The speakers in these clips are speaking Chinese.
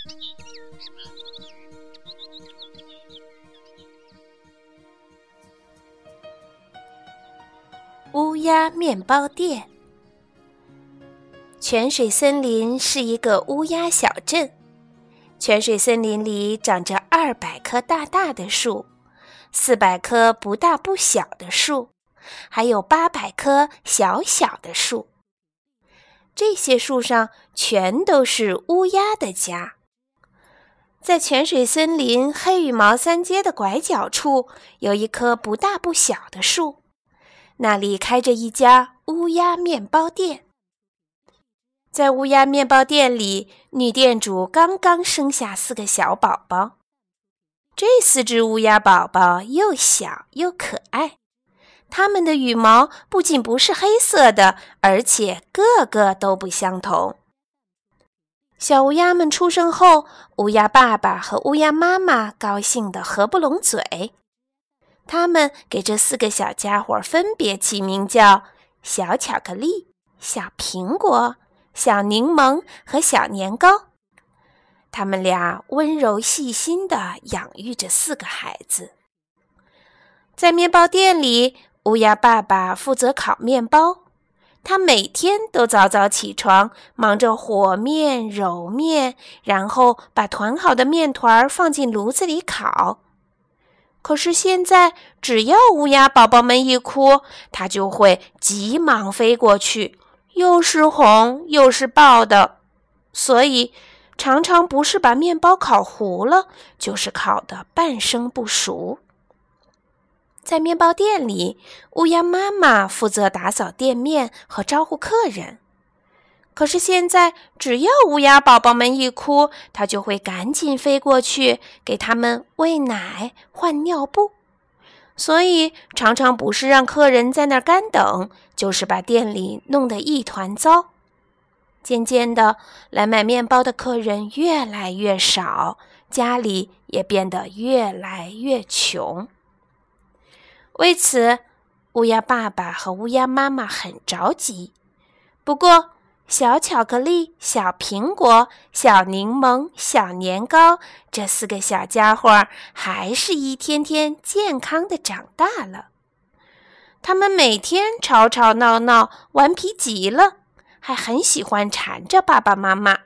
乌鸦面包店。泉水森林是一个乌鸦小镇，泉水森林里长着200棵大大的树，400棵不大不小的树，还有800棵小小的树。这些树上全都是乌鸦的家。在泉水森林黑羽毛3街的拐角处，有一棵不大不小的树，那里开着一家乌鸦面包店。在乌鸦面包店里，女店主刚刚生下4个小宝宝。这4只乌鸦宝宝又小又可爱，它们的羽毛不仅不是黑色的，而且个个都不相同。小乌鸦们出生后，乌鸦爸爸和乌鸦妈妈高兴得合不拢嘴。他们给这4个小家伙分别起名叫小巧克力、小苹果、小柠檬和小年糕。他们俩温柔细心地养育着4个孩子。在面包店里，乌鸦爸爸负责烤面包，他每天都早早起床，忙着和面、揉面，然后把团好的面团放进炉子里烤。可是现在，只要乌鸦宝宝们一哭，他就会急忙飞过去，又是哄又是抱的，所以常常不是把面包烤糊了，就是烤得半生不熟。在面包店里，乌鸦妈妈负责打扫店面和招呼客人。可是现在，只要乌鸦宝宝们一哭，它就会赶紧飞过去，给他们喂奶、换尿布。所以常常不是让客人在那儿干等，就是把店里弄得一团糟。渐渐的，来买面包的客人越来越少，家里也变得越来越穷。为此，乌鸦爸爸和乌鸦妈妈很着急。不过，小巧克力、小苹果、小柠檬、小年糕，这4个小家伙还是一天天健康地长大了。他们每天吵吵闹闹，顽皮极了，还很喜欢缠着爸爸妈妈。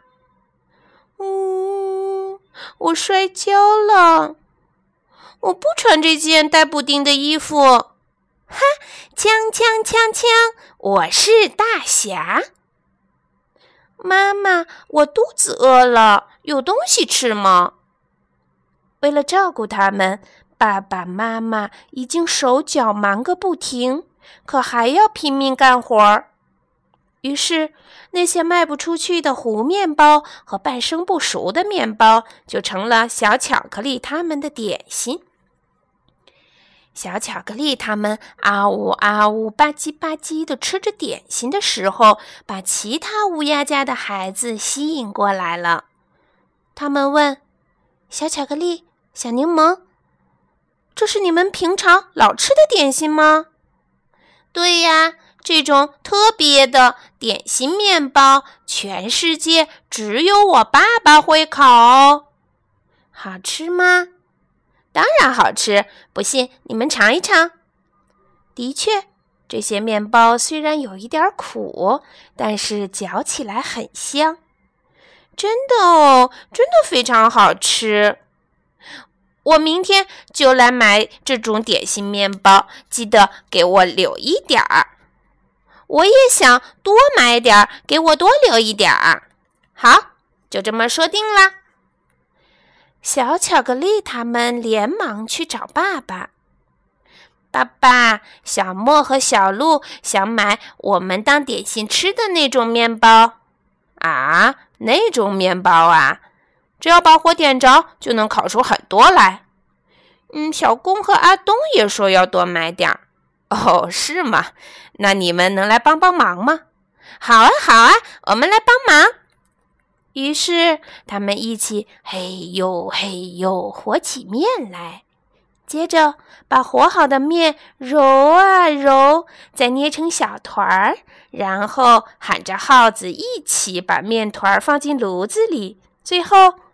我摔跤了，我不穿这件带补丁的衣服。哈，锵锵锵锵，我是大侠。妈妈，我肚子饿了，有东西吃吗？为了照顾他们，爸爸妈妈已经手脚忙个不停，可还要拼命干活儿。于是，那些卖不出去的糊面包和半生不熟的面包，就成了小巧克力他们的点心。小巧克力他们啊呜啊呜吧唧吧唧地吃着点心的时候，把其他乌鸦家的孩子吸引过来了。他们问：小巧克力、小柠檬，这是你们平常老吃的点心吗？对呀，这种特别的点心面包，全世界只有我爸爸会烤哦。好吃吗？当然好吃，不信你们尝一尝。的确，这些面包虽然有一点苦，但是嚼起来很香。真的哦，真的非常好吃。我明天就来买这种点心面包，记得给我留一点儿。我也想多买点儿，给我多留一点儿。好，就这么说定了。小巧克力他们连忙去找爸爸。爸爸，小莫和小鹿想买我们当点心吃的那种面包。啊，那种面包啊，只要把火点着就能烤出很多来。小公和阿东也说要多买点儿。哦，是吗？那你们能来帮帮忙吗？好啊，好啊，我们来帮忙。于是他们一起嘿呦嘿呦和起面来，接着把和好的面揉啊揉，再捏成小团儿，然后喊着号子一起把面团放进炉子里，最后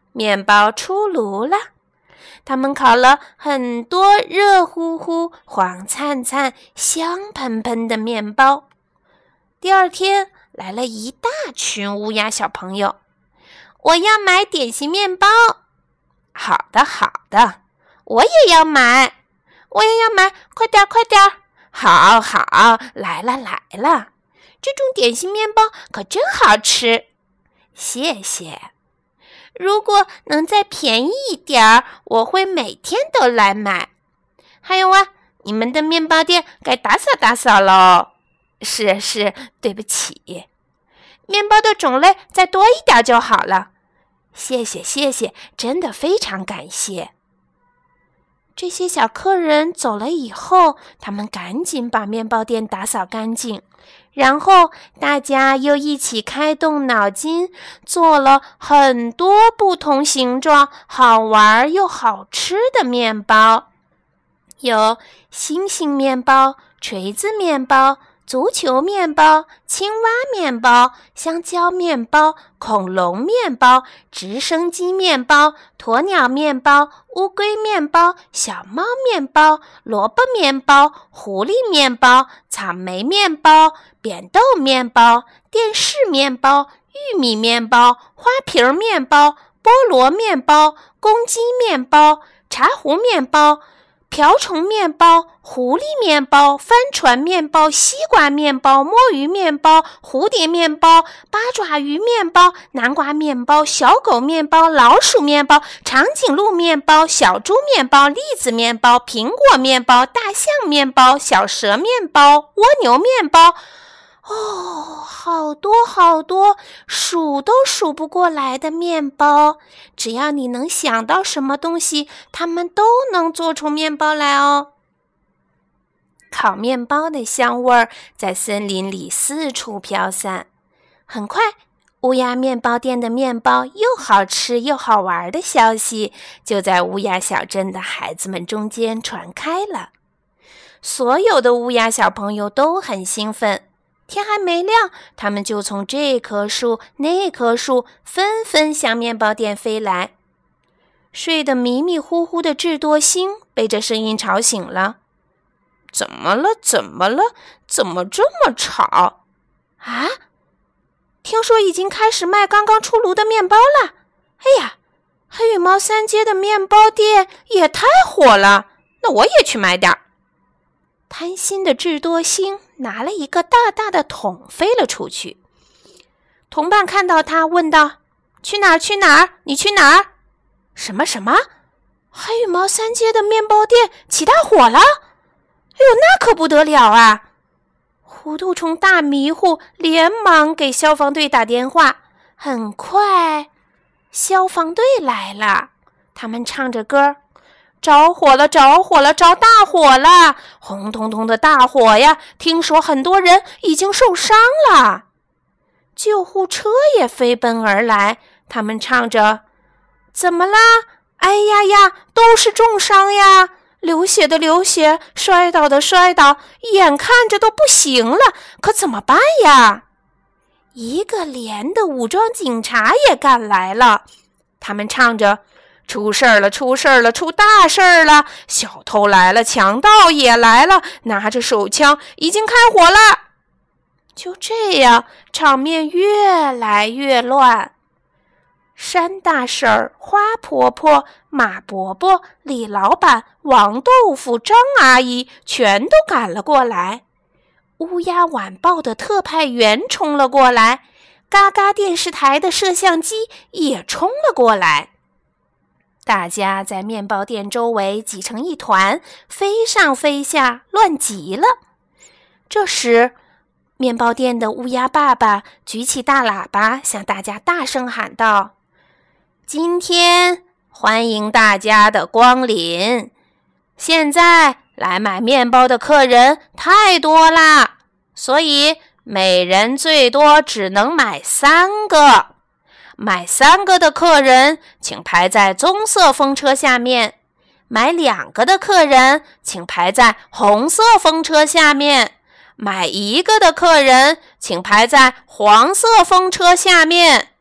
面包出炉了。他们烤了很多热乎乎、黄灿灿、香喷喷的面包。第二天来了一大群乌鸦小朋友，我要买点心面包。好的，好的，我也要买，我也要买，快点，快点。好好，来了来了，这种点心面包可真好吃。谢谢。如果能再便宜一点儿，我会每天都来买。还有啊，你们的面包店该打扫打扫喽。是，对不起。面包的种类再多一点就好了。谢谢，真的非常感谢。这些小客人走了以后，他们赶紧把面包店打扫干净，然后大家又一起开动脑筋，做了很多不同形状、好玩又好吃的面包。有星星面包、锤子面包、足球面包、青蛙面包、香蕉面包、恐龙面包、直升机面包、鸵鸟面包、乌龟面包、小猫面包、萝卜面包、狐狸面包、草莓面包、扁豆面包、电视面包、玉米面包、花瓶面包、菠萝面包、公鸡面包、茶壶面包、瓢虫面包、狐狸面包、帆船面包、西瓜面包、摸鱼面包、蝴蝶面包、八爪鱼面包、南瓜面包、小狗面包、老鼠面包、长颈鹿面包、小猪面包、栗子面包、苹果面包、大象面包、小蛇面包、蜗牛面包。好多好多，数都数不过来的面包。只要你能想到什么东西，它们都能做出面包来哦。烤面包的香味儿在森林里四处飘散。很快，乌鸦面包店的面包又好吃又好玩的消息就在乌鸦小镇的孩子们中间传开了。所有的乌鸦小朋友都很兴奋。天还没亮，他们就从这棵树那棵树纷纷向面包店飞来。睡得迷迷糊糊的智多星被这声音吵醒了。怎么了？怎么这么吵？啊？听说已经开始卖刚刚出炉的面包了。哎呀，黑羽毛三街的面包店也太火了，那我也去买点儿。贪心的智多星拿了一个大大的桶飞了出去。同伴看到他问道：去哪儿？你去哪儿？什么？黑羽毛三街的面包店起大火了？哎呦，那可不得了啊！糊涂虫大迷糊，连忙给消防队打电话。很快，消防队来了，他们唱着歌：着火了，着大火了！红彤彤的大火呀！听说很多人已经受伤了。救护车也飞奔而来，他们唱着：怎么啦？哎呀，都是重伤呀！流血的流血，摔倒的摔倒，眼看着都不行了，可怎么办呀？一个连的武装警察也赶来了，他们唱着：出事儿了，出大事儿了！小偷来了，强盗也来了，拿着手枪，已经开火了。就这样，场面越来越乱。山大婶儿、花婆婆、马伯伯、李老板、王豆腐、张阿姨全都赶了过来。乌鸦晚报的特派员冲了过来，嘎嘎电视台的摄像机也冲了过来。大家在面包店周围挤成一团，飞上飞下，乱极了。这时，面包店的乌鸦爸爸举起大喇叭，向大家大声喊道：今天欢迎大家的光临，现在来买面包的客人太多啦，所以每人最多只能买3个。买3个的客人请排在棕色风车下面，买2个的客人请排在红色风车下面，买1个的客人请排在黄色风车下面。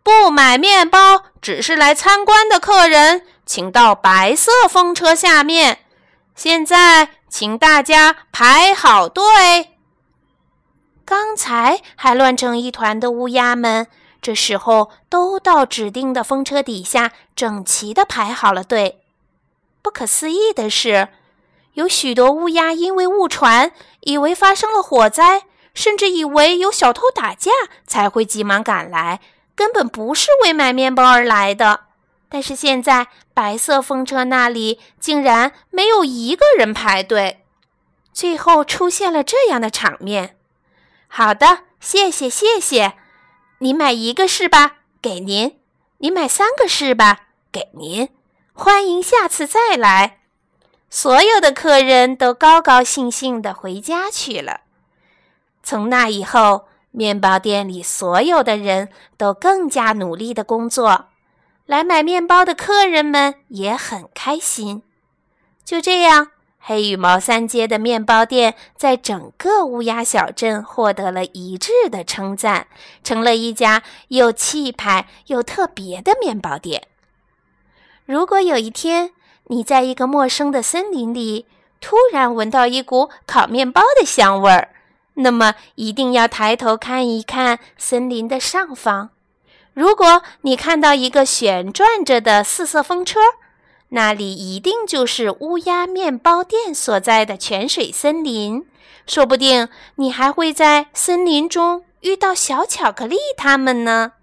不买面包，只是来参观的客人，请到白色风车下面。现在，请大家排好队。刚才还乱成一团的乌鸦们，这时候都到指定的风车底下，整齐地排好了队。不可思议的是，有许多乌鸦因为误传，以为发生了火灾，甚至以为有小偷打架，才会急忙赶来，根本不是为买面包而来的。但是现在，白色风车那里竟然没有一个人排队。最后出现了这样的场面：好的，谢谢谢谢。你买一个是吧？给您。你买3个是吧？给您。欢迎下次再来。所有的客人都高高兴兴地回家去了。从那以后，面包店里所有的人都更加努力地工作，来买面包的客人们也很开心。就这样，黑羽毛3街的面包店在整个乌鸦小镇获得了一致的称赞，成了一家又气派又特别的面包店。如果有一天，你在一个陌生的森林里，突然闻到一股烤面包的香味儿，那么一定要抬头看一看森林的上方。如果你看到一个旋转着的4色风车，那里一定就是乌鸦面包店所在的泉水森林。说不定你还会在森林中遇到小巧克力它们呢。